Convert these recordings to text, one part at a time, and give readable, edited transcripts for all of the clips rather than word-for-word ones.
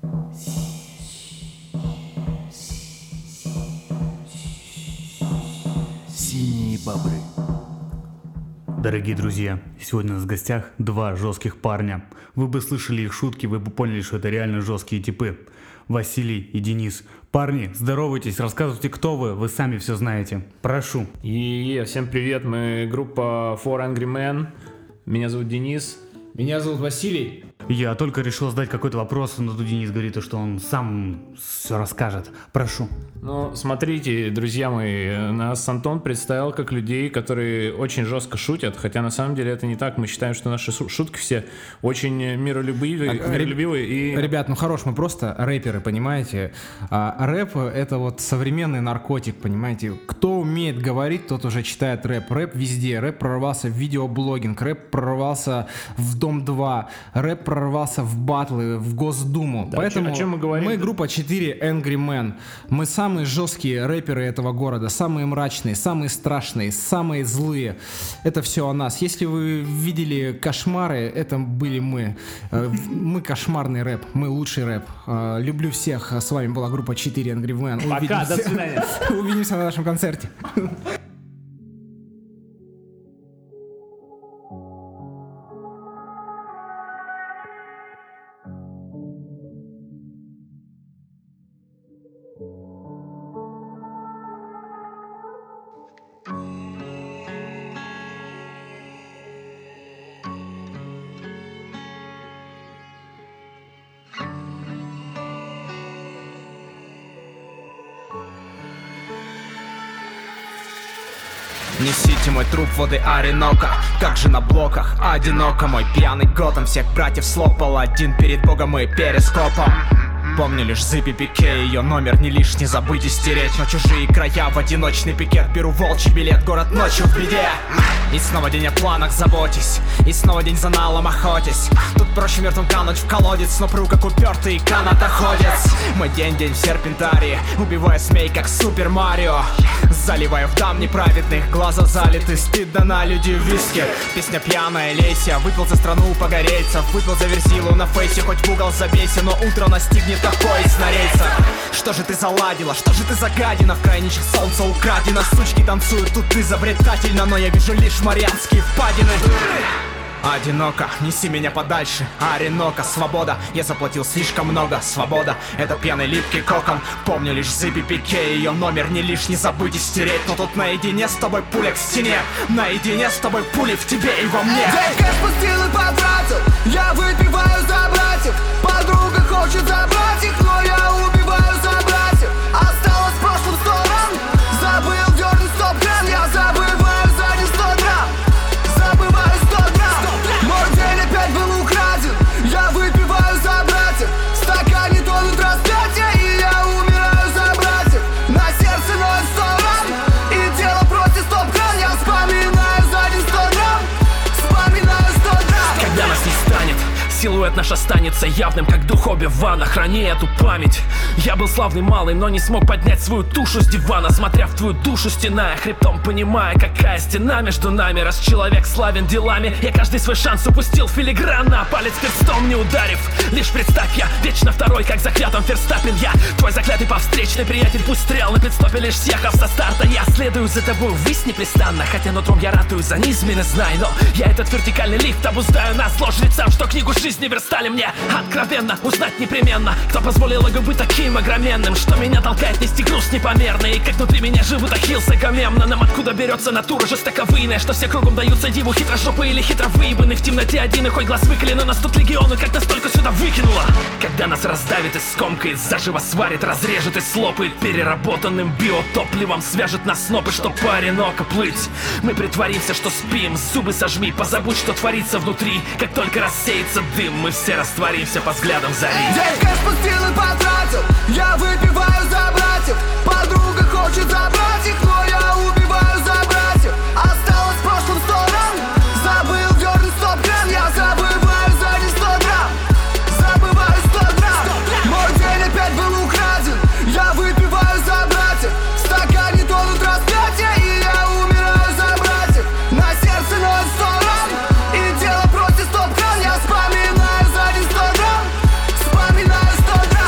Синие бобры. Дорогие друзья, сегодня у нас в гостях два жестких парня. Вы бы слышали их шутки, вы бы поняли, что это реально жесткие типы. Василий и Денис. Парни, здоровайтесь, рассказывайте, кто вы сами все знаете. Прошу. Всем привет, мы группа Four Angry Men. Меня зовут Денис. Меня зовут Василий. Я только решил задать какой-то вопрос, но тут Денис говорит, что он сам все расскажет. Прошу. Ну, смотрите, друзья мои, нас Антон представил как людей, которые очень жестко шутят, хотя на самом деле это не так. Мы считаем, что наши шутки все очень миролюбивые и... Ребят, ну хорош, мы просто рэперы, понимаете? Рэп — это вот современный наркотик, понимаете? Кто умеет говорить, тот уже читает рэп. Рэп везде. Рэп прорвался в видеоблогинг, рэп прорвался в Дом-2, рэп прорвался в батлы, в Госдуму. Да, поэтому о чем мы говорим? Мы группа 4 Angry Men. Мы самые жесткие рэперы этого города, самые мрачные, самые страшные, самые злые. Это все о нас. Если вы видели кошмары, это были мы. Мы кошмарный рэп, мы лучший рэп. Люблю всех. С вами была группа 4 Angry Men. Пока, до свидания. Увидимся на нашем концерте. Несите мой труп в воды Оренока. Как же на блоках одиноко. Мой пьяный Готэм всех братьев слопал. Один перед Богом и перископом. Помню лишь Зиппи Пике, ее номер не лишний забыть и стереть. Но чужие края в одиночный пикет. Беру волчий билет, город ночью в беде. И снова день о планах заботись. И снова день за налом охотясь. Тут проще мертвым кануть в колодец. Но пру как упертый канатоходец. Мой день в серпентарии. Убивая змей как Супер Марио. Заливаю в дам неправедных. Глаза залиты, стыдно на люди в виске. Песня пьяная, лейся. Выпил за страну погорельцев. Выпил за Верзилу на фейсе. Хоть в угол забейся, но утро настигнет поезд на рельсах. Что же ты заладила, что же ты за гадина? В крайних солнца украдено. Сучки танцуют тут изобретательно. Но я вижу лишь Марианские впадины. Одиноко, неси меня подальше. Оренока, свобода, я заплатил слишком много. Свобода, это пьяный липкий кокон. Помню лишь Зиппи Пике, ее номер не лишний забыть и стереть. Но тут наедине с тобой пуля к стене. Наедине с тобой пули в тебе и во мне. День кэш пустил и потратил. Я выпиваю за братьев. Подруга хочет забрать их, но я убиваю за братьев. Осталось в прошлом 100 ран. Забыл дернуть стоп-кран. Я забываю за ним 100 грамм. Забываю 100 грамм. Мой день опять был украден. Я выпиваю за братьев. В стакане тонут распятия. И я умираю за братьев. На сердце ноет 100 ран. И тело просит стоп-кран. Я вспоминаю за ним 100 грамм. Вспоминаю 100 грамм. Когда нас не станет, силуэт наш останется явным, как дух Оби-Вана. Храни эту память. Я был славный малый, но не смог поднять свою тушу с дивана. Смотря в твою душу, стеная хребтом, понимая, какая стена между нами. Раз человек славен делами, я каждый свой шанс упустил филигранно, а палец перстом не ударив. Лишь представь, я вечно второй, как за клятвом Ферстаппен. Я твой заклятый повстречный приятель, пусть стрел на пидстопе лишь съехав со старта. Я следую за тобой ввысь непрестанно, хотя нутром я ратую за низмены, знай. Но я этот вертикальный лифт обуздаю на зло жрецам, что книгу жизни верстали мне откровенно. Узнать непременно, кто позволил ego быть таким огроменным, что меня толкает нести груз непомерный. И как внутри меня живут ахиллсы Агамемноном. Откуда берется натура жестоковыйная, что все кругом даются диву хитрожопые или хитро выебаны. В темноте один и хоть глаз выколи, но нас тут легионы как настолько сюда выкинуло. Когда нас раздавит и скомкает, заживо сварит, разрежет и слопает переработанным биотопливом, свяжет нас снопы, чтоб по Оренока плыть. Мы притворимся, что спим, зубы сожми, позабудь, что творится внутри. Как только рассеется дым, мы все растворимся по взглядам зари. День кэш пустил и потратил. Я выпиваю за братьев. Подруга хочет забрать их, но я убиваю за братьев. Осталось в прошлом 100 ран. Забыл дернуть стоп-кран. Я забываю за ним 100 грамм. Забываю 100 грамм. Мой день опять был украден. Я выпиваю за братьев. В стакане тонут распятия. И я умираю за братьев. На сердце ноет 100 ран. И тело просит стоп-кран. Я вспоминаю за ним 100 грамм. Вспоминаю 100 грамм.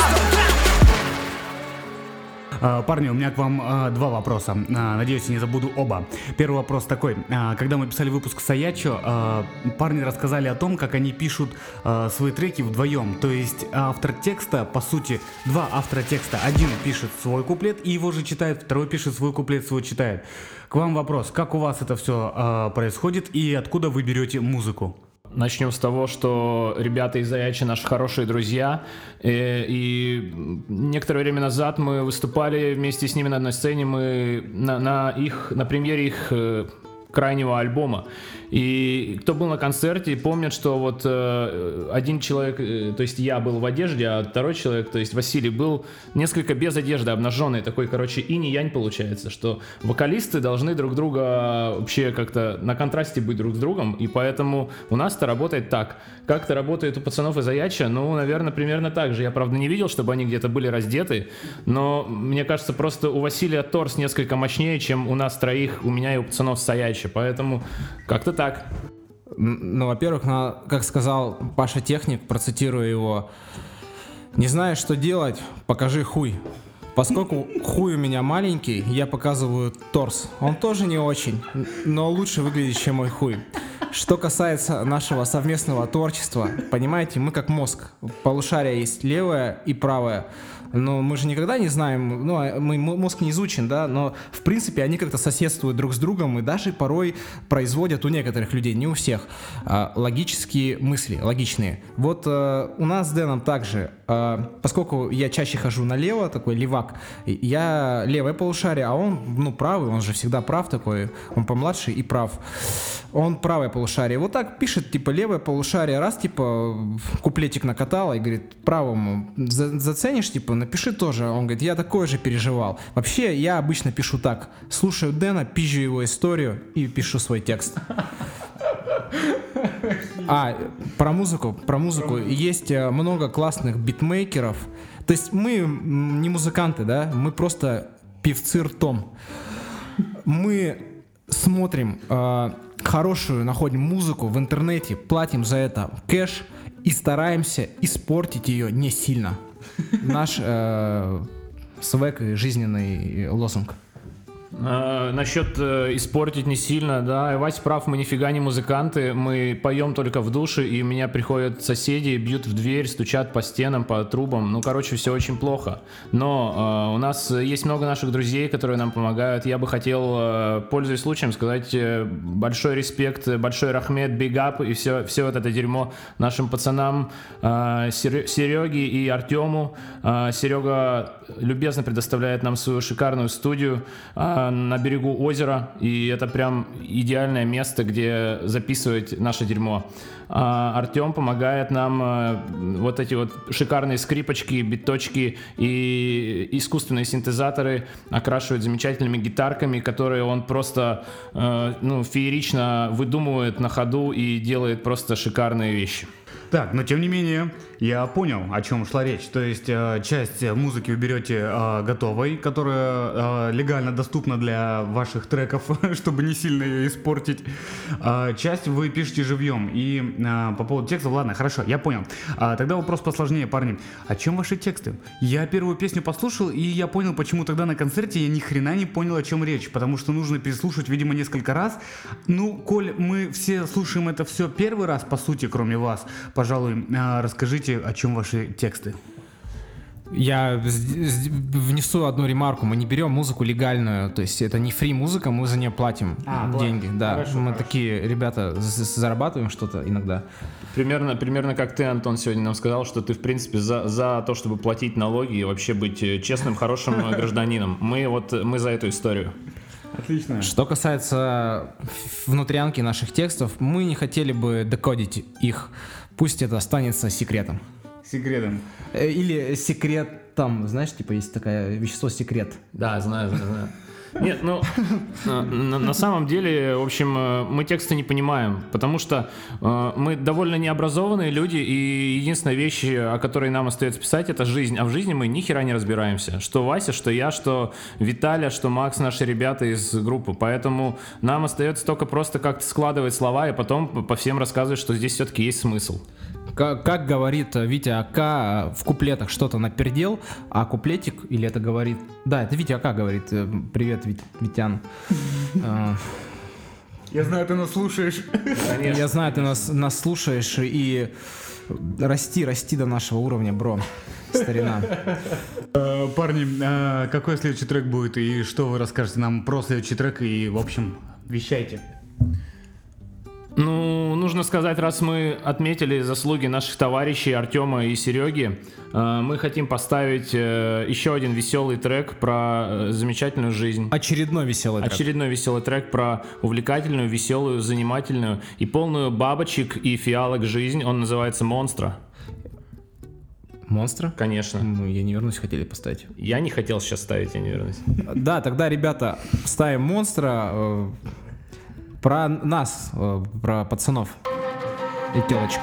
Парни, у меня к вам два вопроса. Надеюсь, я не забуду оба. Первый вопрос такой. Когда мы писали выпуск Саячо, парни рассказали о том, как они пишут свои треки вдвоем. То есть автор текста, по сути, два автора текста. Один пишет свой куплет и его же читает, второй пишет свой куплет, свой читает. К вам вопрос. Как у вас это все происходит и откуда вы берете музыку? Начнем с того, что ребята из Заячи наши хорошие друзья, и некоторое время назад мы выступали вместе с ними на одной сцене, мы на премьере их крайнего альбома. И кто был на концерте, помнят, что вот один человек, то есть я был в одежде, а второй человек, то есть Василий, был несколько без одежды, обнаженный, такой, короче, инь-янь получается, что вокалисты должны друг друга вообще как-то на контрасте быть друг с другом, и поэтому у нас это работает так. Как это работает у пацанов из Аяча? Ну, наверное, примерно так же. Я, правда, не видел, чтобы они где-то были раздеты, но мне кажется, просто у Василия торс несколько мощнее, чем у нас троих, у меня и у пацанов с Аяча, поэтому как-то так. Ну, во-первых, как сказал Паша Техник, процитирую его: «Не знаешь, что делать, покажи хуй». Поскольку хуй у меня маленький, я показываю торс. Он тоже не очень, но лучше выглядит, чем мой хуй. Что касается нашего совместного творчества, понимаете, мы как мозг. Полушария есть левое и правое. Но мы же никогда не знаем, мозг не изучен, да, но в принципе они как-то соседствуют друг с другом и даже порой производят у некоторых людей, не у всех, логические мысли, логичные. Вот у нас с Дэном также, поскольку я чаще хожу налево, такой левак, я левое полушарие, а он, правый, он же всегда прав такой, он помладше и прав. Он правое полушарие. Вот так пишет, типа, левое полушарие, раз, типа, куплетик накатало и говорит, правому заценишь, типа, напиши тоже. Он говорит, я такое же переживал. Вообще, я обычно пишу так. Слушаю Дэна, пизжу его историю и пишу свой текст. Про музыку. Есть много классных битмейкеров. То есть мы не музыканты, да, мы просто певцы ртом. Мы смотрим хорошую, находим музыку в интернете, платим за это кэш и стараемся испортить ее не сильно. Наш свек и жизненный лозунг. Насчет испортить не сильно, да, Вась прав, мы нифига не музыканты, мы поем только в душе, и у меня приходят соседи, бьют в дверь, стучат по стенам, по трубам, все очень плохо. Но у нас есть много наших друзей, которые нам помогают. Я бы хотел, пользуясь случаем, сказать большой респект, большой рахмет, big up и все вот это дерьмо нашим пацанам Сереге и Артему. Серега любезно предоставляет нам свою шикарную студию на берегу озера, и это прям идеальное место, где записывать наше дерьмо. Артем помогает нам вот эти вот шикарные скрипочки, биточки и искусственные синтезаторы окрашивать замечательными гитарками, которые он просто феерично выдумывает на ходу и делает просто шикарные вещи. Так, но тем не менее, я понял, о чем шла речь. То есть часть музыки вы берете готовой, которая легально доступна для ваших треков, чтобы не сильно ее испортить. Часть вы пишете живьем. И по поводу текстов, ладно, хорошо, я понял. Тогда вопрос посложнее, парни. О чем ваши тексты? Я первую песню послушал, и я понял, почему тогда на концерте я ни хрена не понял, о чем речь. Потому что нужно переслушать, видимо, несколько раз. Коль мы все слушаем это все первый раз, по сути, кроме вас, пожалуй, расскажите, о чем ваши тексты. Я внесу одну ремарку. Мы не берем музыку легальную, то есть это не фри-музыка, мы за нее платим деньги. Да, хорошо, мы такие ребята зарабатываем что-то иногда. Примерно как ты, Антон, сегодня нам сказал, что ты, в принципе, за то, чтобы платить налоги и вообще быть честным, хорошим гражданином. Мы за эту историю. Отлично. Что касается внутрянки наших текстов, мы не хотели бы декодить их. Пусть это останется секретом. Секретом. Или секретом, знаешь, типа есть такое вещество секрет. Да, знаю. Нет, на самом деле, в общем, мы тексты не понимаем, потому что мы довольно необразованные люди, и единственная вещь, о которой нам остается писать, это жизнь, а в жизни мы ни хера не разбираемся. Что Вася, что я, что Виталя, что Макс, наши ребята из группы, поэтому нам остается только просто как-то складывать слова и потом по всем рассказывать, что здесь все-таки есть смысл. Как говорит Витя АК в куплетах что-то напердел, а куплетик, или это говорит... Да, это Витя АК говорит. Привет, Витян. Я знаю, ты нас слушаешь. Я знаю, ты нас слушаешь, и расти до нашего уровня, бро, старина. Парни, какой следующий трек будет и что вы расскажете нам про следующий трек и, в общем, вещайте. Ну, нужно сказать, раз мы отметили заслуги наших товарищей Артема и Сереги, мы хотим поставить еще один веселый трек про замечательную жизнь. Очередной веселый трек. Очередной веселый трек про увлекательную, веселую, занимательную и полную бабочек и фиалок жизнь. Он называется «Монстра». Монстра? Конечно. Я не вернусь, хотели поставить. Я не хотел сейчас ставить «Я не вернусь». Да, тогда, ребята, ставим «Монстра». Про нас, про пацанов и телочек.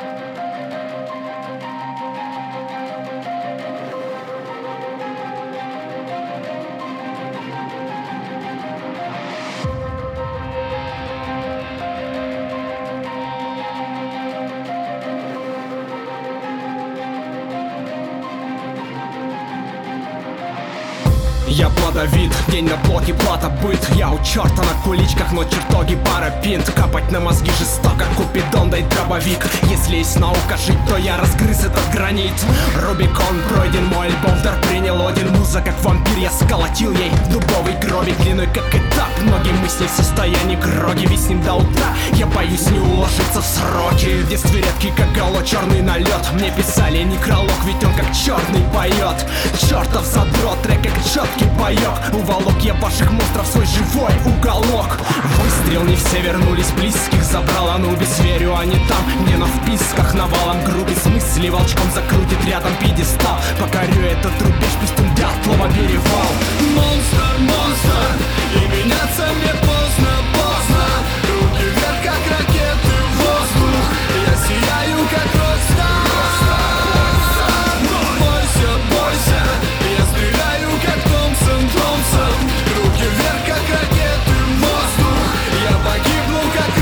Я плодовит, день на блоке, плата быт. Я у черта на куличках, но чертоги пара пинт. Капать на мозги жестоко, купидон, дай дробовик. Если есть наука жить, то я разгрыз этот гранит. Рубикон пройден, мой альбом в дар принял один. Муза как вампир, я сколотил ей в дубовый гробик. Длиной как этап, многие мысли в состоянии гроги. Виснем до утра, я боюсь не уложиться в сроки. В детстве редкий как гало, черный налет. Мне писали некролог, ведь он как черный поет. Чертов задрот, трек как четкий боек. Уволок я ваших монстров в свой живой уголок. Выстрел, не все вернулись, близких забрал Анубис. Верю, они там, где на вписках навалом грубе смысле волчком закрутит рядом пьедестал. Покорю этот рубеж, пусть он дятлова перевал. Монстр, монстр, и меняться мне поздно, поздно. Руки вверх, как ракеты в воздух. Я сияю, как рок-стар. Бойся, бойся, я стреляю, как Томпсон, Томпсон. Руки вверх, как ракеты в воздух. Я погибну, как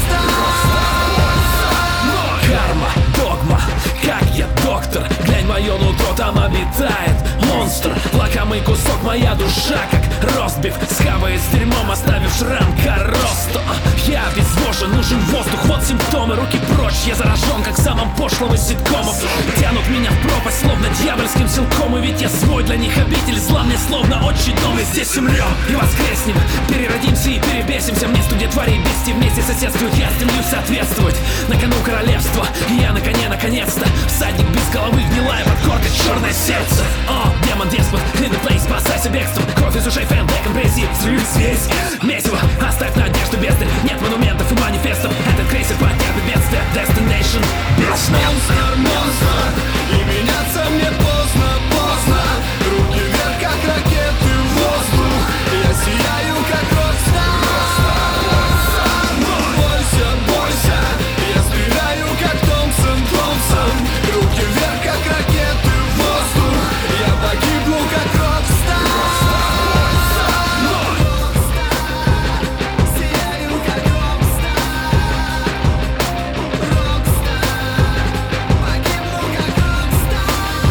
рок-стар. Карма, догма, как я доктор. Глянь, мое нутро там обитает монстр. Лакомый кусок, моя душа, как ростбиф. Схавает с дерьмом, оставив шрам коросту. Я обезвожен, нужен воздух, вот симптомы. Руки прочь, я заражен, как самым пошлым из ситкомов. Тянут меня в пропасть, словно дьявольским силком. И ведь я свой для них обитель зла. Мне словно отчий дом, и здесь умрем и воскреснем. Переродимся и перебесимся. В место, где твари и бести вместе соседствуют. Я стремлюсь соответствовать. На кону королевства, и я на коне наконец-то. Всадник без головы, гнилая подкорка, черное сердце. О, демон, деспот, clean the place, спасайся бегством. Кровь из ушей, фэн, декомпрессии, взрыв весь месиво, оставь надежду бездны. Нет монументов и манифестов, этот крейсер потерпит бедствие. Destination, Монстр, монстр, и меняться мне поздно, поздно. Руки вверх, как ракеты в воздух. Я сияю, как рок-стар. Бойся, бойся, я стреляю, как Томпсон, Томпсон. Руки вверх, как ракеты в воздух. Я погибну, как рок-стар. Сияю, как рок-стар. Погибну, как рок-стар.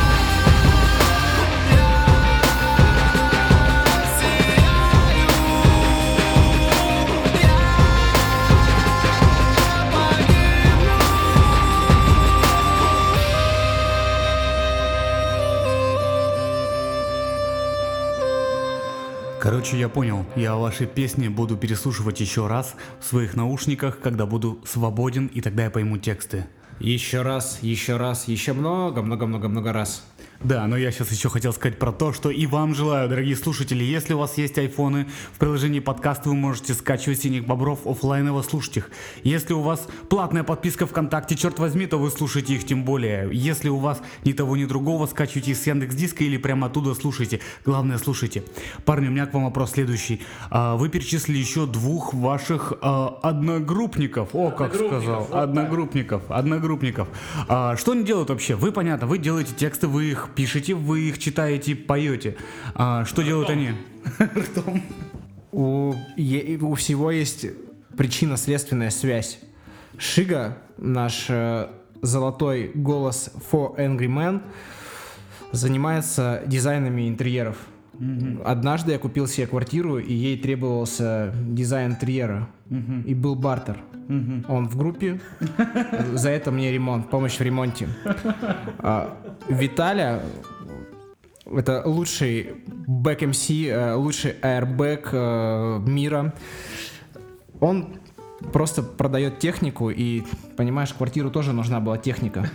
Короче, я понял. Я ваши песни буду переслушивать еще раз в своих наушниках, когда буду свободен, и тогда я пойму тексты. Еще раз, еще много раз. Да, но я сейчас еще хотел сказать про то, что и вам желаю, дорогие слушатели, если у вас есть айфоны, в приложении подкаст вы можете скачивать «Синих бобров» оффлайново, слушать их. Если у вас платная подписка ВКонтакте, черт возьми, то вы слушаете их тем более. Если у вас ни того, ни другого, скачивайте с Яндекс.Диска или прямо оттуда слушайте. Главное, слушайте. Парни, у меня к вам вопрос следующий. Вы перечислили еще двух ваших одногруппников. О, как сказал. Одногруппников. Что они делают вообще? Вы, понятно, вы делаете тексты, вы их пишете, вы их читаете, поете. Что делают они? У всего есть причинно-следственная связь. Шига, наш золотой голос For Angry Men, занимается дизайнами интерьеров. Однажды я купил себе квартиру, и ей требовался дизайн интерьера. И был бартер. Он в группе. За это мне помощь в ремонте. Виталя, это лучший бэк-МС, лучший аэрбэк мира. Он просто продает технику, и, понимаешь, квартиру тоже нужна была техника.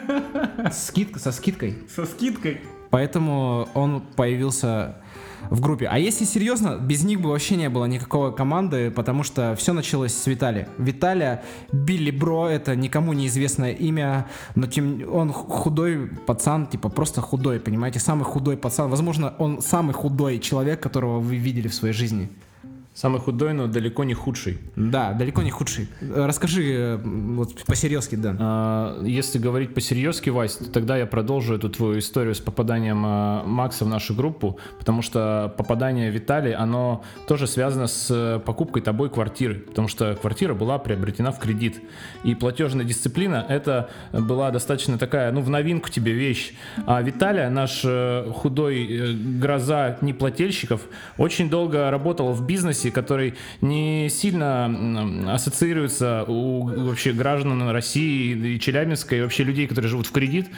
Со скидкой. Со скидкой? Поэтому он появился в группе. А если серьезно, без них бы вообще не было никакой команды, потому что все началось с Витали. Виталя, Билли Бро, это никому неизвестное имя, но он худой пацан, типа просто худой, понимаете, самый худой пацан. Возможно, он самый худой человек, которого вы видели в своей жизни. Самый худой, но далеко не худший. Да, далеко не худший. Расскажи вот по-серьезки, Дэн. Если говорить по-серьезки, Вась, то тогда я продолжу эту твою историю с попаданием Макса в нашу группу, потому что попадание Виталия, оно тоже связано с покупкой тобой квартиры, потому что квартира была приобретена в кредит. И платежная дисциплина, это была достаточно такая, в новинку тебе вещь. А Виталия, наш худой гроза неплательщиков, очень долго работал в бизнесе, который не сильно ассоциируется у вообще граждан России и Челябинска, и вообще людей, которые живут в кредит,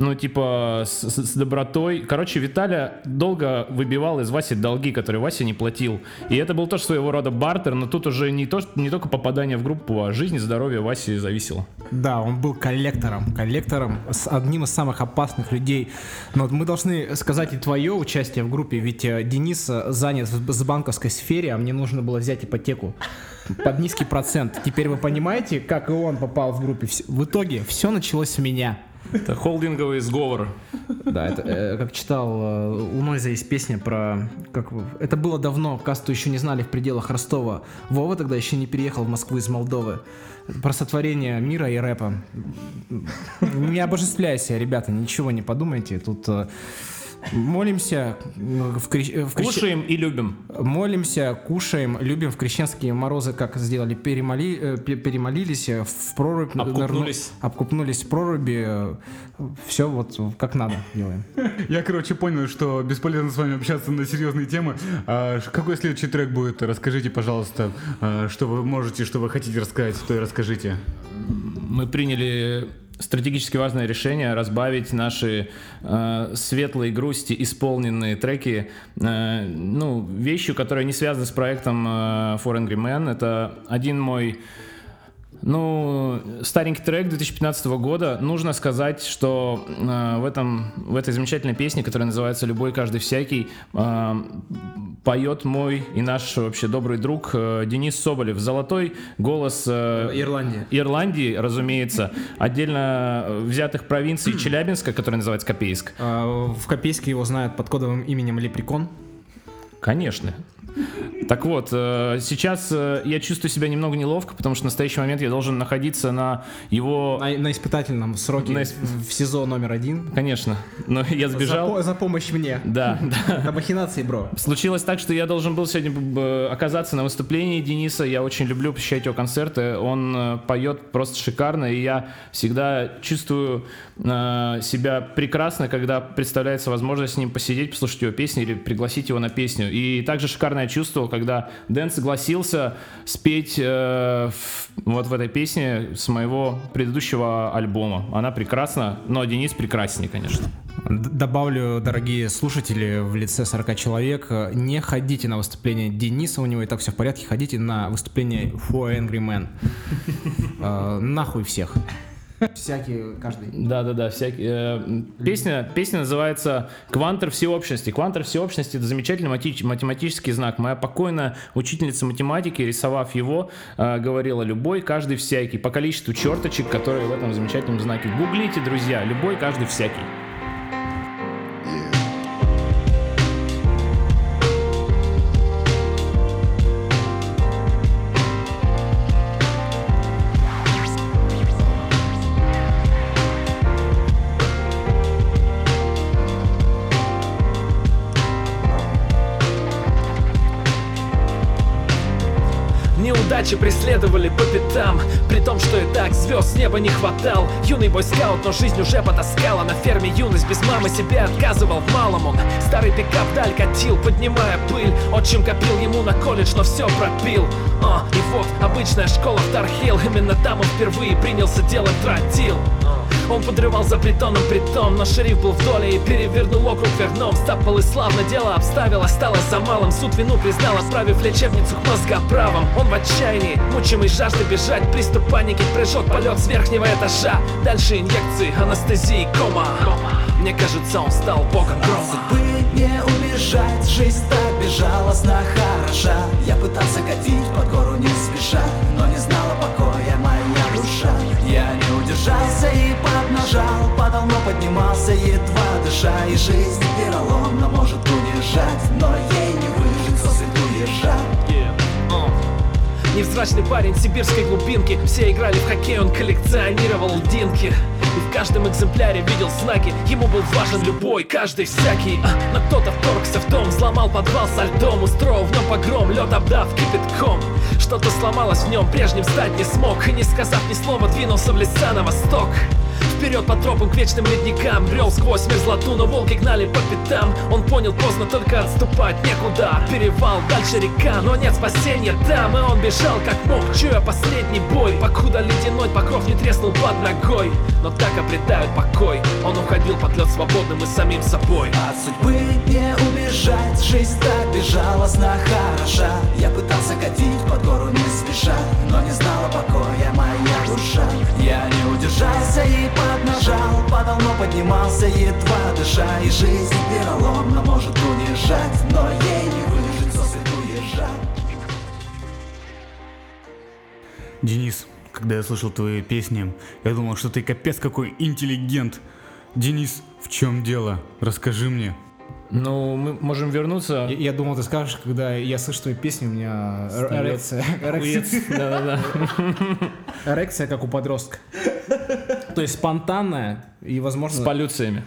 с добротой. Короче, Виталя долго выбивал из Васи долги, которые Вася не платил. И это был тоже своего рода бартер, но тут уже не только попадание в группу, а жизнь и здоровье Васи зависело. Да, он был коллектором, с одним из самых опасных людей. Но мы должны сказать и твое участие в группе, ведь Денис занят в банковской сфере, а мне нужно было взять ипотеку под низкий процент. Теперь вы понимаете, как и он попал в группу. В итоге все началось с меня. Это холдинговый сговор. Да, это как читал, у Нойза есть песня про... Это было давно, касту еще не знали в пределах Ростова. Вова тогда еще не переехал в Москву из Молдовы. Про сотворение мира и рэпа. Не обожествляйся, ребята, ничего не подумайте. Тут... Молимся кушаем и любим. Молимся, кушаем, любим в крещенские морозы, как сделали, перемолились в прорубь, обкупнулись в проруби, все вот как надо делаем. Я, понял, что бесполезно с вами общаться на серьезные темы. Какой следующий трек будет? Расскажите, пожалуйста, что вы можете, что вы хотите рассказать, то и расскажите. Мы приняли стратегически важное решение разбавить наши светлые грусти, исполненные треки, вещью, которая не связана с проектом For Angry Men. Это один мой старенький трек 2015 года. Нужно сказать, что в этой замечательной песне, которая называется «Любой, каждый, всякий», поет мой и наш вообще добрый друг Денис Соболев. Золотой голос Ирландии, разумеется, отдельно взятых провинций Челябинска, который называется Копейск. В Копейске его знают под кодовым именем Лепрекон. Конечно. Так вот, сейчас я чувствую себя немного неловко, потому что в настоящий момент я должен находиться на его... На испытательном сроке в СИЗО номер 1. Конечно, но я сбежал. За помощь мне. Да. На махинации, бро. Случилось так, что я должен был сегодня оказаться на выступлении Дениса. Я очень люблю посещать его концерты. Он поет просто шикарно, и я всегда чувствую себя прекрасно, когда представляется возможность с ним посидеть, послушать его песни или пригласить его на песню. И также шикарное чувство, когда Дэн согласился спеть вот в этой песне с моего предыдущего альбома. Она прекрасна, но Денис прекраснее, конечно. Добавлю, дорогие слушатели, в лице 40 человек, не ходите на выступление Дениса, у него и так все в порядке, ходите на выступление For Angry Men. Нахуй всех. Всякий, каждый. Да, всякий. Песня называется «Квантер всеобщности». Квантер всеобщности — это замечательный математический знак. Моя покойная учительница математики, рисовав его, говорила: любой, каждый, всякий. По количеству черточек, которые в этом замечательном знаке. Гуглите, друзья, любой, каждый, всякий. неудачи преследовали по пятам. При том, что и так звезд с неба не хватал. Юный бойскаут, но жизнь уже потаскала. На ферме юность без мамы себе отказывал в малом. Он старый пикап вдаль катил, поднимая пыль. Отчим копил ему на колледж, но все пропил. И вот обычная школа в Тархилл. Именно там он впервые принялся делать тротил. Он подрывал за притоном притон, но шериф был в доле и перевернул округ верном. Стапал и славно дело обставил, осталось за малым. Суд вину признал, отправив в лечебницу к мозгоправам. Он в отчаянии, мучимый жаждой бежать. Приступ паники, прыжок, полет с верхнего этажа. Дальше инъекции, анестезии, кома. Мне кажется, он стал богом грома. Судьбы не убежать, жизнь так безжалостно хороша. Я пытался катить под гору не спеша, но не знала покоя моя душа. Я не удержался и поднажал, падал, но поднимался, едва дыша. И жизнь вероломно может унижать, но ей не выжить со свету ежа. Невзрачный парень сибирской глубинки. Все играли в хоккей, он коллекционировал льдинки. И в каждом экземпляре видел знаки. Ему был важен любой, каждый, всякий. Но кто-то вторгся в дом, взломал подвал со льдом. Устроил в нем погром, лед обдав кипятком. Что-то сломалось в нем, прежним стать не смог. И не сказав ни слова, двинулся в леса на восток. Вперед по тропам к вечным ледникам. Брел сквозь мерзлоту, но волки гнали по пятам. Он понял поздно, только отступать некуда. Перевал, дальше река, но нет спасения там. И он бежал как мог, чуя последний бой. Покуда ледяной покров не треснул под ногой. Но так обретают покой. Он уходил под лед свободным и самим собой. От судьбы не убежать, жизнь так безжалостно хороша. Я пытался катить под гору не спеша, но не знала покоя моя душа. Я не удержался и поднажал, падал, но поднимался, едва дыша. И жизнь вероломно может унижать, но ей не выжить со свету ежа. Денис, когда я слышал твои песни, я думал, что ты капец какой интеллигент. Денис, в чем дело? Расскажи мне. Ну, мы можем вернуться. Я думал, ты скажешь, когда я слышу твои песни, у меня эрекция. Да-да-да. Эрекция, как у подростка. То есть спонтанная и, возможно... С полюциями.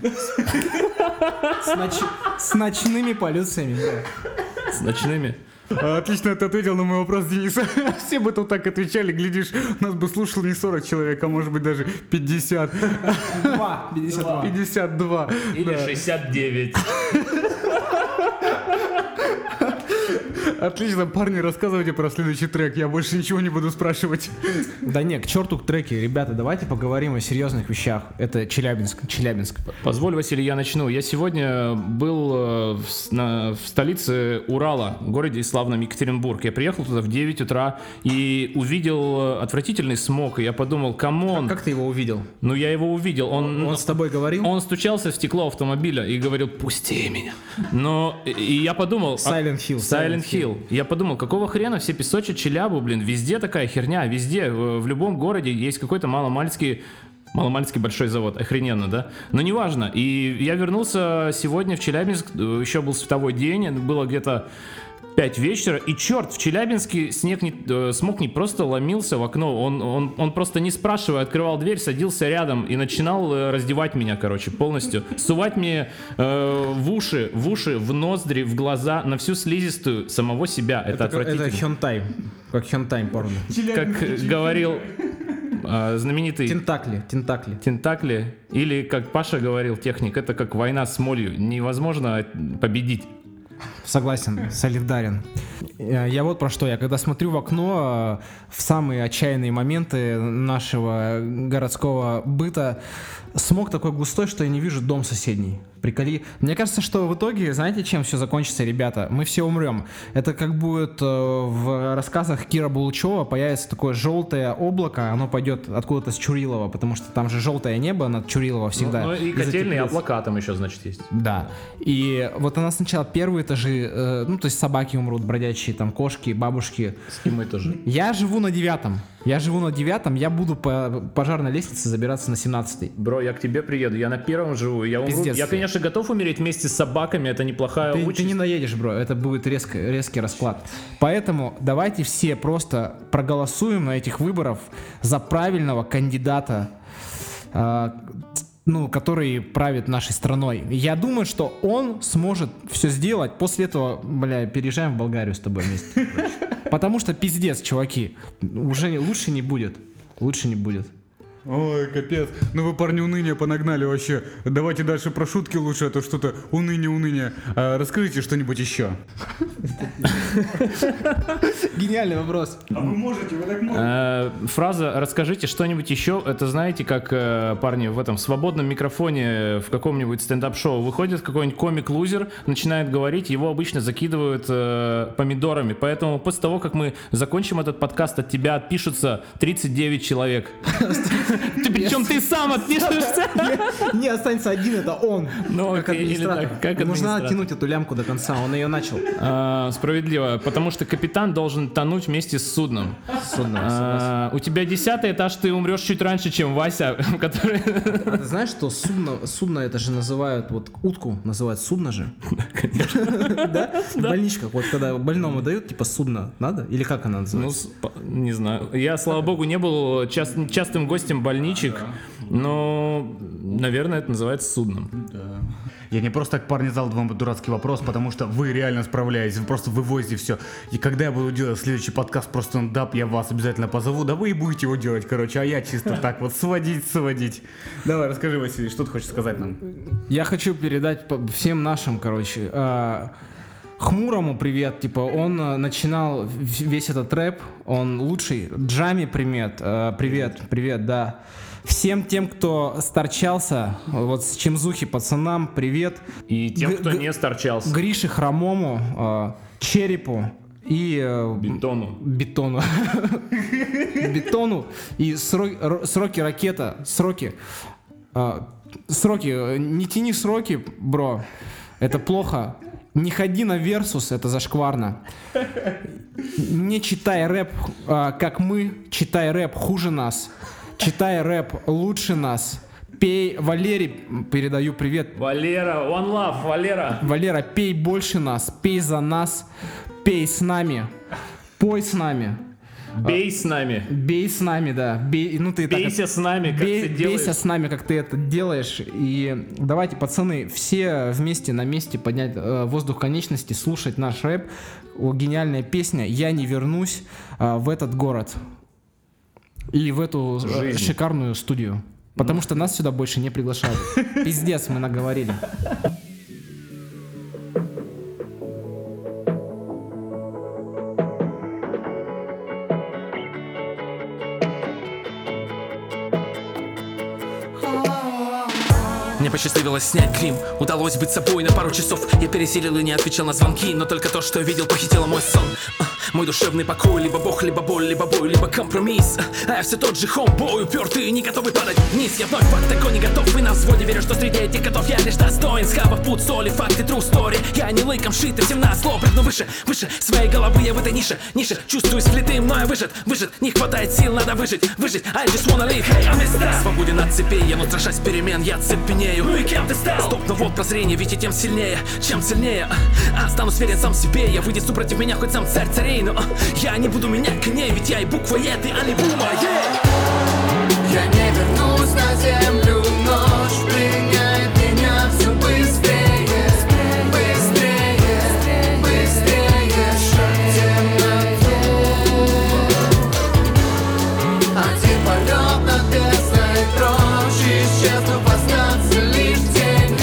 С ночными полюциями, да. С ночными. Отлично ты ответил на мой вопрос, Денис. Все бы тут так отвечали, глядишь, нас бы слушало не 40 человек, а может быть даже 50. 52. Или 69. Отлично, парни, рассказывайте про следующий трек, я больше ничего не буду спрашивать. Да не, к черту к треки. Ребята, давайте поговорим о серьезных вещах. Это Челябинск. Позволь, Василий, я начну. Я сегодня был в столице Урала, в городе славном Екатеринбург. Я приехал туда в 9 утра и увидел отвратительный смог. И я подумал, камон. Как ты его увидел? Ну, я его увидел. Он с тобой говорил? Он стучался в стекло автомобиля и говорил, пусти меня. Но и я подумал... Silent Hill. Я подумал, какого хрена все песочат Челябу, блин, везде такая херня, везде, в любом городе есть какой-то маломальский большой завод, охрененно, да? Но неважно, и я вернулся сегодня в Челябинск, еще был световой день, было где-то 5 вечера, и черт, в Челябинске смог не просто ломился в окно, он просто не спрашивая открывал дверь, садился рядом и начинал раздевать меня, короче, полностью, сувать мне в уши, в ноздри, в глаза, на всю слизистую самого себя. Это отвратительно. Это хентай, как хентай порно. Как говорил знаменитый... Тентакли. Или, как Паша говорил, техник, это как война с молью. Невозможно победить. Согласен, солидарен. Я вот про что. Я когда смотрю в окно в самые отчаянные моменты нашего городского быта, смог такой густой, что я не вижу дом соседний. Приколи. Мне кажется, что в итоге, знаете, чем все закончится, ребята? Мы все умрем. Это как будет в рассказах Кира Булычева появится такое желтое облако, оно пойдет откуда-то с Чурилова, потому что там же желтое небо над Чурилова всегда. Ну и котельные облака там еще, значит, есть. Да. И вот она сначала первые этажи, то есть собаки умрут, бродячие, там кошки, бабушки. И мы тоже. Я живу на 9-м, я буду по пожарной лестнице забираться на 17-й. Бро, я к тебе приеду, я на 1-м живу, я умру. Пиздец. Я, конечно, готов умереть вместе с собаками, это неплохая участь. Ты не наедешь, бро, это будет резкий расклад. Поэтому давайте все просто проголосуем на этих выборах за правильного кандидата, который правит нашей страной. Я думаю, что он сможет все сделать. После этого, переезжаем в Болгарию с тобой вместе. Потому что пиздец, чуваки. Уже лучше не будет. Лучше не будет. Ой, капец. Ну вы, парни, уныние понагнали вообще. Давайте дальше про шутки лучше, а то что-то уныние. Расскажите что-нибудь еще. Гениальный вопрос. А вы можете, вы так можете. Фраза «расскажите что-нибудь еще» — это знаете, как парни в этом свободном микрофоне в каком-нибудь стендап-шоу выходит какой-нибудь комик-лузер, начинает говорить, его обычно закидывают помидорами. Поэтому после того, как мы закончим этот подкаст, от тебя отпишутся 39 человек. Причем ты сам отпишешься. Не, останется один, это он. Ну, как администратор. Нужно оттянуть эту лямку до конца, он ее начал. Справедливо, потому что капитан должен тонуть вместе с судном. У тебя 10-й этаж, ты умрешь чуть раньше, чем Вася, который... А ты знаешь, что судно это же называют, вот утку называют судно же? Да? В больничках, вот когда больному дают, типа судно, надо? Или как она называется? Ну, не знаю. Я, слава богу, не был частым гостем больничек, но, наверное, это называется судном. Да. Я не просто так, парни, задал вам дурацкий вопрос, потому что вы реально справляетесь, вы просто вывозите все. И когда я буду делать следующий подкаст про стендап, я вас обязательно позову, да вы и будете его делать, короче, а я чисто так вот сводить. Давай, расскажи, Василий, что ты хочешь сказать нам? Я хочу передать всем нашим, короче, Хмурому привет, типа он начинал весь этот рэп, он лучший. Джами привет, да. Всем тем, кто сторчался, вот с Чемзухи пацанам, привет. И тем, кто не сторчался. Грише Хромому, Черепу и... Бетону. И Сроки Ракета. Сроки, не тяни сроки, бро. Это плохо. Не ходи на версус, это зашкварно. Не читай рэп, как мы, читай рэп хуже нас. Читай рэп лучше нас. Пей, Валерий, передаю привет. Валера, one love, Валера. Валера, пей больше нас, пей за нас, пей с нами, пой с нами. Бей с нами. Бей с нами, да. Бейся с нами, как ты делаешь. Бейся с нами, как ты это делаешь. И давайте, пацаны, все вместе на месте поднять воздух конечности, слушать наш рэп. Гениальная песня «Я не вернусь в этот город» и в эту шикарную студию. Потому что нас сюда больше не приглашают. Пиздец, мы наговорили. Мне посчастливилось снять грим, удалось быть собой на пару часов. Я пересилил и не отвечал на звонки, но только то, что я видел, похитило мой сон. Мой душевный покой, либо бог, либо боль, либо бой, либо компромисс. А я все тот же хомбой, упертый, не готовый падать вниз. Я вновь в октагоне готов и на взводе верю, что среди этих готов я лишь достоин. Схавав путь соли, факты, true story. Я не лыком шит, и всем на зло прыгну выше своей головы я в этой нише. Чувствуюсь влитым, но я выжат, не хватает сил, надо выжить. I just wanna live, hey, I'm a свободен от цепей, я но страшась перемен, я цепенею. Ну и кем ты стал? Стоп, ну вот прозрение, ведь и тем сильнее, чем сильнее. Останусь верен сам себе, я вынесу против меня хоть сам царь царей. Но я не буду менять коней, ведь я и буква Е, ты а не бума, Я не вернусь на землю, ночь принять меня все быстрее, шаг в темноту. Один полет над бездной прочь, исчезнув, остаться лишь тенью.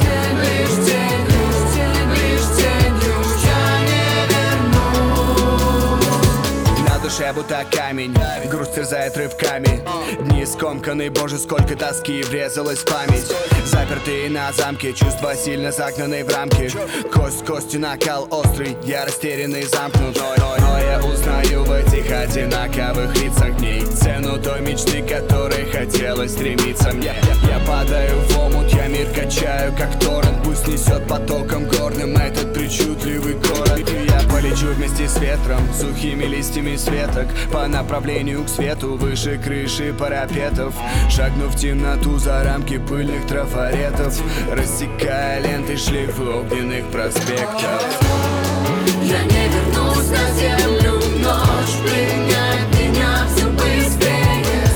душе будто камень, грусть терзает рывками. Дни скомканы, боже, сколько тоски врезалось в память. Запертые на замке, чувства сильно загнаны в рамки. Кость кости, накал острый, я растерянный, замкнут. Но я узнаю в этих одинаковых лицах дней цену той мечты, которой хотелось стремиться мне. Я падаю в омут, я мир качаю, как торрент. Пусть несет потоком горным этот причудливый город. И я полечу вместе с ветром, сухими листьями светок, по направлению к свету, выше крыши парапетов. Шагнув в темноту за рамки пыльных трафаретов, рассекая ленты шлейфы огненных проспектов. Я не вернусь на землю, ночь пленяет меня все быстрее,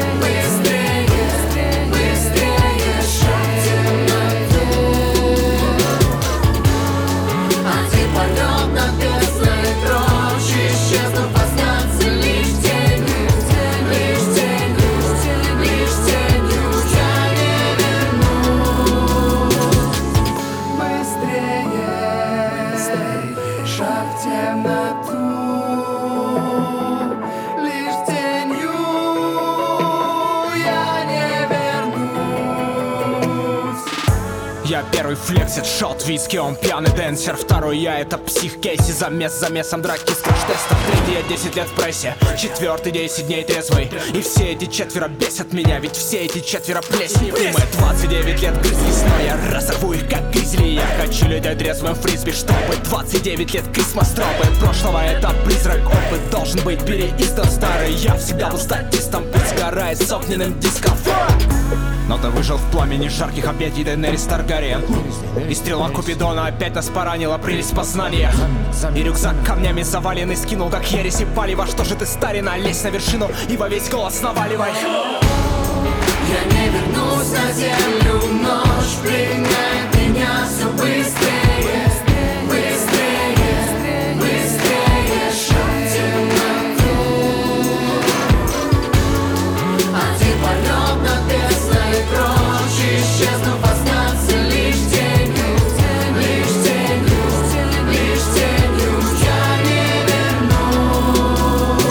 шаг в темноту. Один полет над бездной прочь, исчез. Я первый флексит, шот виски, он пьяный дэнсер. Второй я это псих Кейси, замесом драки с краш-тестом. Третий я 10 лет в прессе, четвертый 10 дней трезвый. И все эти четверо бесят меня, ведь все эти четверо плесневые. Мы 29 лет грызлись, но я разорву их как гризли. Я хочу летать трезвым фрисби, чтобы 29 лет Крисмас тропы. Прошлого это призрак, опыт должен быть переиздан. Старый я всегда был статистом, пусть сгорает с огненным диском. Но ты выжил в пламени жарких объятий Дейенерис Таргариен. И стрела Купидона опять нас поранила прелесть познания. И рюкзак камнями заваленный скинул, как ересь и палево. Что же ты, старина, лезь на вершину и во весь голос наваливай. Я не вернусь на землю, ночь пригоняет меня все быстрее. Быстрее, быстрее, шаг темноту. Один полет над бездной прочь, исчезнув, остаться лишь тенью. Лишь тенью, лишь тенью. Я не вернусь.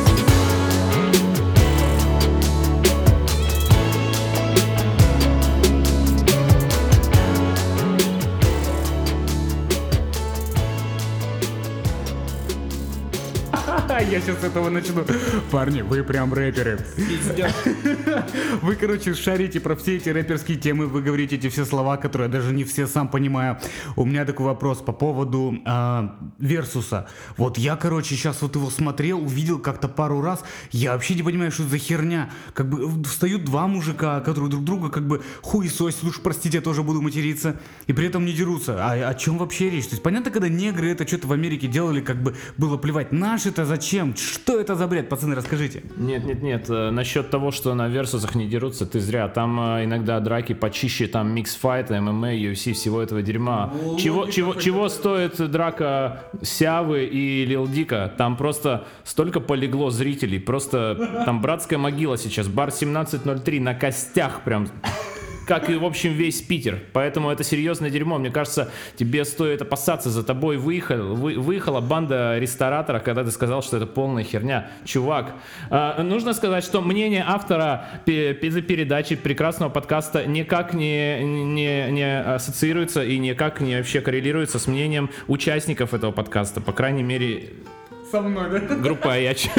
Я сейчас с этого начну. Парни, вы прям рэперы. Вы, короче, шарите про все эти рэперские темы, вы говорите эти все слова, которые я даже не все сам понимаю. У меня такой вопрос по поводу Версуса. Вот я, короче, сейчас вот его смотрел, увидел как-то пару раз. Я вообще не понимаю, что это за херня. Как бы встают два мужика, которые друг друга как бы хуесосят, уж простите, я тоже буду материться, и при этом не дерутся. А о чем вообще речь? То есть понятно, когда негры это что-то в Америке делали, как бы было плевать. Наши-то зачем? Что это за бред? Пацаны, расскажите. Нет, насчет того, что на версусах не дерутся, ты зря. Там иногда драки почище, там микс-файт, ММА, UFC, всего этого дерьма. Чего стоит драка Сявы и Лил Дика? Там просто столько полегло зрителей, просто там братская могила сейчас, бар 1703 на костях прям. Как и, в общем, весь Питер. Поэтому это серьезное дерьмо. Мне кажется, тебе стоит опасаться. За тобой выехала банда рестораторов, когда ты сказал, что это полная херня. Чувак, нужно сказать, что мнение автора передачи прекрасного подкаста никак не ассоциируется и никак не вообще коррелируется с мнением участников этого подкаста. По крайней мере... Со мной, да? Группа Аяч.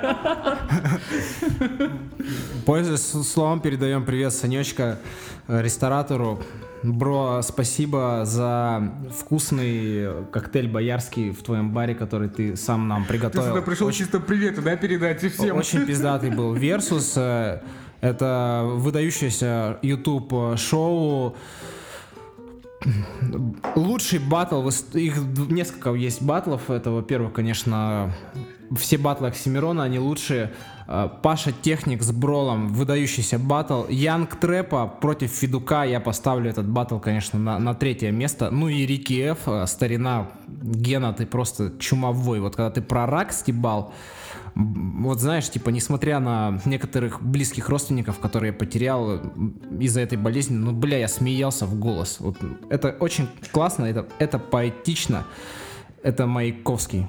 Пользуясь словом, передаем привет Санечка, ресторатору. Бро, спасибо за вкусный коктейль боярский в твоем баре, который ты сам нам приготовил. Ты сюда пришел чисто приветы, да, передать и всем. Очень пиздатый был. Версус — это выдающееся YouTube-шоу. Лучший батл, их несколько есть батлов. Это, во-первых, конечно, все батлы Оксимирона, они лучшие. Паша Техник с Бролом, выдающийся батл. Янг Трэпа против Федука, я поставлю этот батл, конечно, на третье место. Ну и Рики Ф, старина, Гена, ты просто чумовой. Вот когда ты про рак стебал, вот знаешь, типа, несмотря на некоторых близких родственников, которые я потерял из-за этой болезни, ну, бля, я смеялся в голос. Вот, это очень классно, это поэтично, это Маяковский.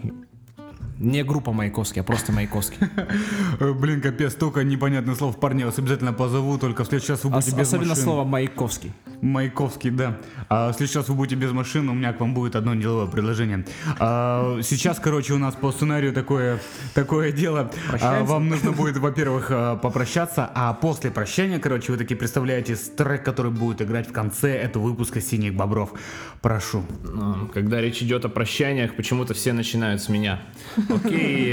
Не группа Маяковский, а просто Маяковский. Блин, капец, столько непонятных слов. Парни, я вас обязательно позову, только в следующий раз вы будете без Особенно машин. слово Маяковский. Маяковский, да. А в следующий раз вы будете без машины, у меня к вам будет одно деловое предложение. Сейчас, короче, у нас по сценарию такое дело. Вам нужно будет, во-первых, попрощаться, а после прощания, короче, вы таки представляете трек, который будет играть в конце этого выпуска «Синих бобров». Прошу. Когда речь идет о прощаниях, почему-то все начинают с меня. Окей.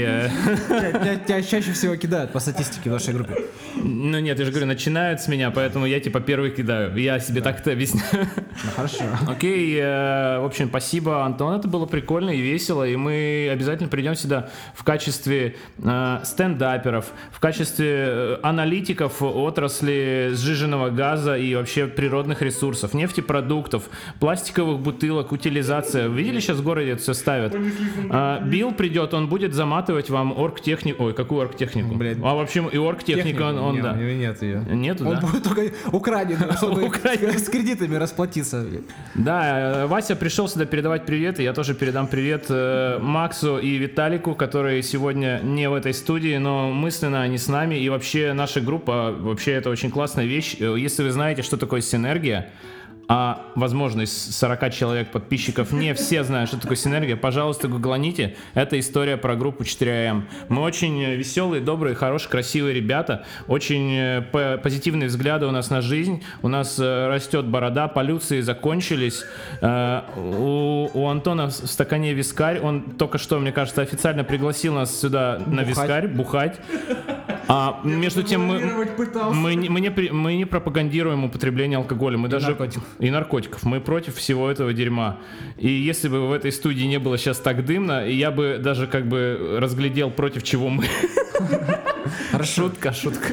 Тебя чаще всего кидают по статистике в нашей группе. Ну нет, я же говорю, начинают с меня, поэтому я типа первый кидаю. Я себе так это объясняю. Ну хорошо. Окей, в общем, спасибо, Антон, это было прикольно и весело, и мы обязательно придем сюда в качестве стендаперов, в качестве аналитиков отрасли сжиженного газа и вообще природных ресурсов, нефтепродуктов, пластиковых бутылок, утилизация. Видели, сейчас в городе это все ставят? Билл придет, он будет заматывать вам оргтехнику. Ой, какую оргтехнику? Блядь. А в общем, и оргтехника он Нет, да. Нет ее. Нету, Он да? будет только украден, чтобы с кредитами расплатиться. Да, Вася пришел сюда передавать привет, и я тоже передам привет Максу и Виталику, которые сегодня не в этой студии, но мысленно они с нами, и вообще наша группа, вообще это очень классная вещь. Если вы знаете, что такое синергия, а, возможно, из 40 человек подписчиков не все знают, что такое синергия, пожалуйста, гугланите. Это история про группу 4AM. Мы очень веселые, добрые, хорошие, красивые ребята. Очень позитивные взгляды у нас на жизнь. У нас растет борода, полюции закончились. У Антона в стакане вискарь. Он только что, мне кажется, официально пригласил нас сюда на вискарь, бухать. А между тем мы не пропагандируем употребление алкоголя, мы даже и наркотиков. Мы против всего этого дерьма. И если бы в этой студии не было сейчас так дымно, я бы даже как бы разглядел, против чего мы. Шутка.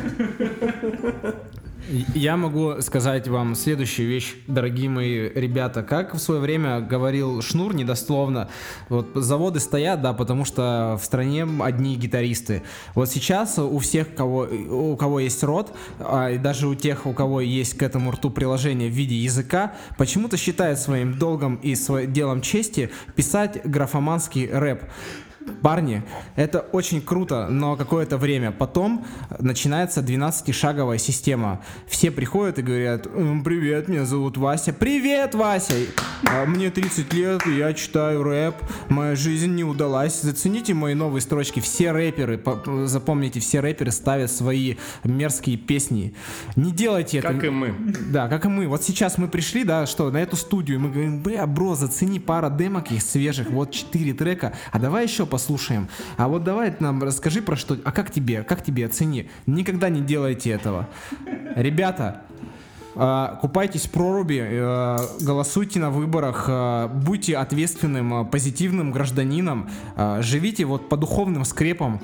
Я могу сказать вам следующую вещь, дорогие мои ребята. Как в свое время говорил Шнур недословно, вот заводы стоят, да, потому что в стране одни гитаристы. Вот сейчас у всех, у кого есть рот, и даже у тех, у кого есть к этому рту приложение в виде языка, почему-то считают своим долгом и делом чести писать графоманский рэп. Парни, это очень круто, но какое-то время. Потом начинается 12-шаговая система. Все приходят и говорят: привет, меня зовут Вася. Привет, Вася! Мне 30 лет, я читаю рэп, моя жизнь не удалась. Зацените мои новые строчки. Все рэперы, запомните, все рэперы ставят свои мерзкие песни. Не делайте это. Как и мы. Да, как и мы. Вот сейчас мы пришли, да, что, на эту студию, мы говорим: бро, зацени пара демок их свежих, вот 4 трека, а давай еще послушаем. А вот давай нам расскажи про что. А как тебе оцени? Никогда не делайте этого. Ребята, купайтесь в проруби, голосуйте на выборах, будьте ответственным, позитивным гражданином, живите вот по духовным скрепам,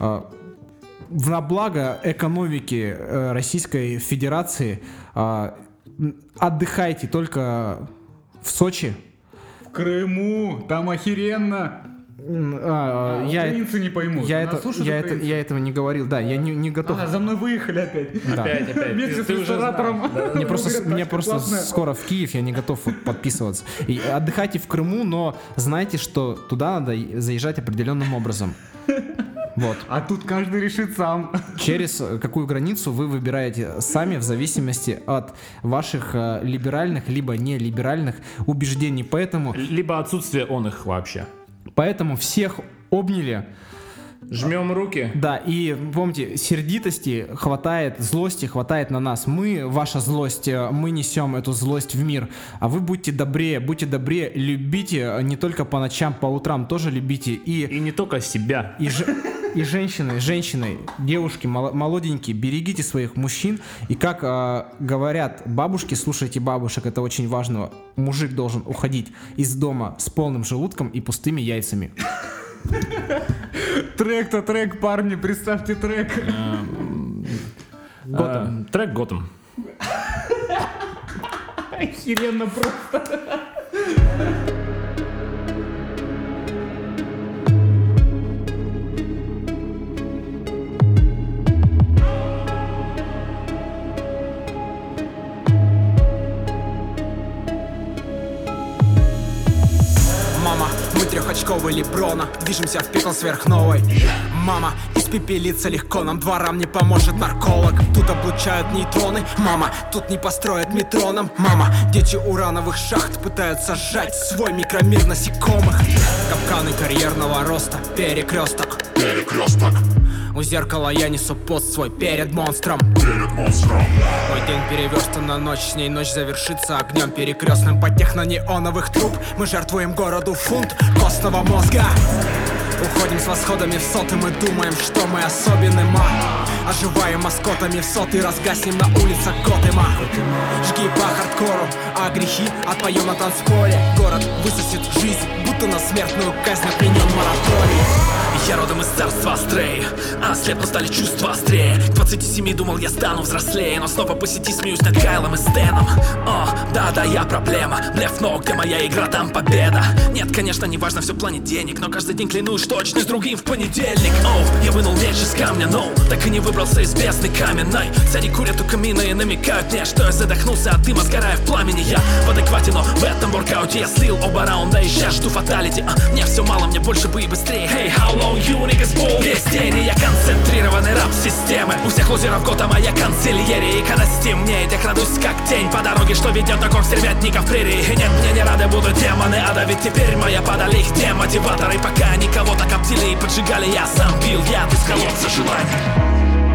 на благо экономики Российской Федерации. Отдыхайте только в Сочи. В Крыму, там охеренно. Украинцы не поймут. Я этого не говорил, да, я не готов. За мной выехали опять. Да. Опять. Вместе с ресторатором. Мне просто скоро в Киев, я не готов подписываться. И отдыхайте в Крыму, но знайте, что туда надо заезжать определенным образом. Вот. А тут каждый решит сам. Через какую границу вы выбираете сами, в зависимости от ваших либеральных либо нелиберальных убеждений. Либо отсутствие он их вообще. Поэтому всех обняли. Жмем руки. Да, и помните, сердитости хватает, злости хватает на нас. Мы, ваша злость, мы несем эту злость в мир. А вы будьте добрее, любите не только по ночам, по утрам тоже любите. И не только себя. И женщины, девушки, молоденькие, берегите своих мужчин. И как говорят бабушки, слушайте бабушек, это очень важно. Мужик должен уходить из дома с полным желудком и пустыми яйцами. Трек-то трек, парни, представьте трек. Готэм. Трек Готэм. Охеренно просто. Мама, мы трехочковый Леброна, движемся в пикл сверхновой. Мама, испепелиться легко, нам дворам не поможет нарколог. Тут облучают нейтроны, мама, тут не построят метро нам. Мама, дети урановых шахт пытаются сжать свой микромир насекомых. Капканы карьерного роста, перекресток. У зеркала я несу пост свой перед монстром. Мой день переверстан на ночь, с ней ночь завершится огнем перекрестным. По техно-неоновых труб мы жертвуем городу фунт костного мозга. Уходим с восходами в соты, мы думаем, что мы особенны, оживаем маскотами в сот и разгаснем на улицах Готэма. Жги по хардкору, а грехи отпоем на танцполе. Город высосет жизнь, будто на смертную казнь отменен мораторий. Я родом из царства Астрей, а слепо стали чувства острее. К 27 думал, я стану взрослее, но снова по сети смеюсь над Кайлом и Стэном. О, да, я проблема, блеф, но где моя игра, там победа. Нет, конечно, не важно все в плане денег, но каждый день клянусь, что очнусь другим в понедельник. Оу, я вынул меч из камня, но так и не выбрался из бездны каменной. Все они курят у камина и намекают мне, что я задохнулся от дыма, сгорая в пламени. Я в адеквате, но в этом воркауте нокауте я слил оба раунда и сейчас жду фаталити. Мне все мало, мне больше бы и быстрее. Hey, how long you niggas ball? Весь день я концентрированный раб системы. У всех лузеров Готэма я канцельери. И когда стемнеет, я крадусь как тень по дороге, что ведет на курс стервятников прерии. И нет, мне не рады будут демоны ада, ведь теперь моя подали их демотиваторы. Пока они кого-то коптили и поджигали, я сам пил яд из колодца желаний.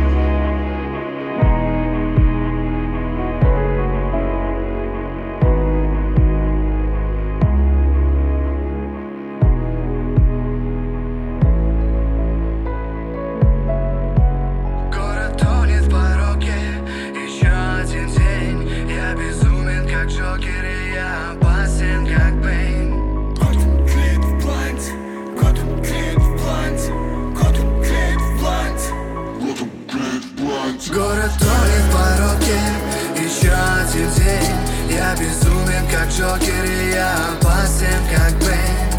Город тонет в пороке, еще один день. Я безумен, как Джокер, и я опасен, как Бэйн.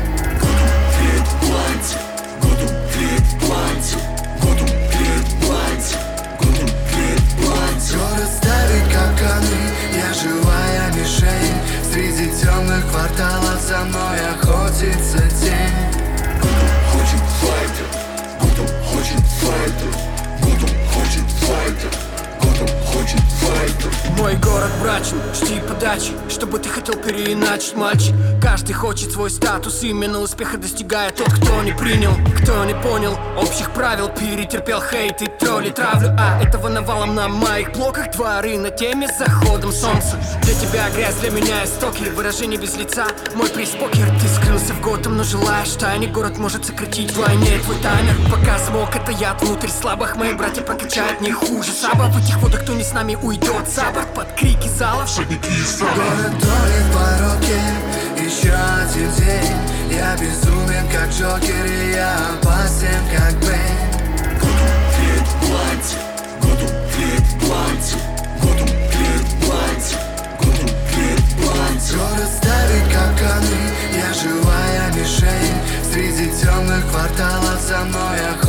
Город ставит капканы, я живая мишень. Среди темных кварталов за мной охотится тень. Хочет файтер, Готэм хочет файтер, Готэм хочет файтер, Готэм хочет файтер. Мой город брачен, жди подачи, чтобы ты хотел переиначить, мальчик. Каждый хочет свой статус, именно успеха достигает тот, кто не принял, кто не понял общих правил, перетерпел хейт и тролли травлю. А этого навалом на моих блоках, дворы на теме с заходом солнца. Для тебя грязь, для меня истоки, выражение без лица, мой приз покер. Ты скрылся в Готэм, но желаешь тайне, город может сократить вдвойне твой таймер. Пока смог, это яд внутрь слабых, мои братья прокачают не хуже Саба. В этих водах кто не с нами уйдет, Саба под крики залов. Город тонет в пороке, еще один день. Я безумен, как Джокер, и я опасен, как Бэйн. Готэм клеит платье, Готэм клеит платье, Готэм клеит платье, Готэм клеит платье. Город ставит капканы, я живая мишень. Среди темных кварталов за мной охотится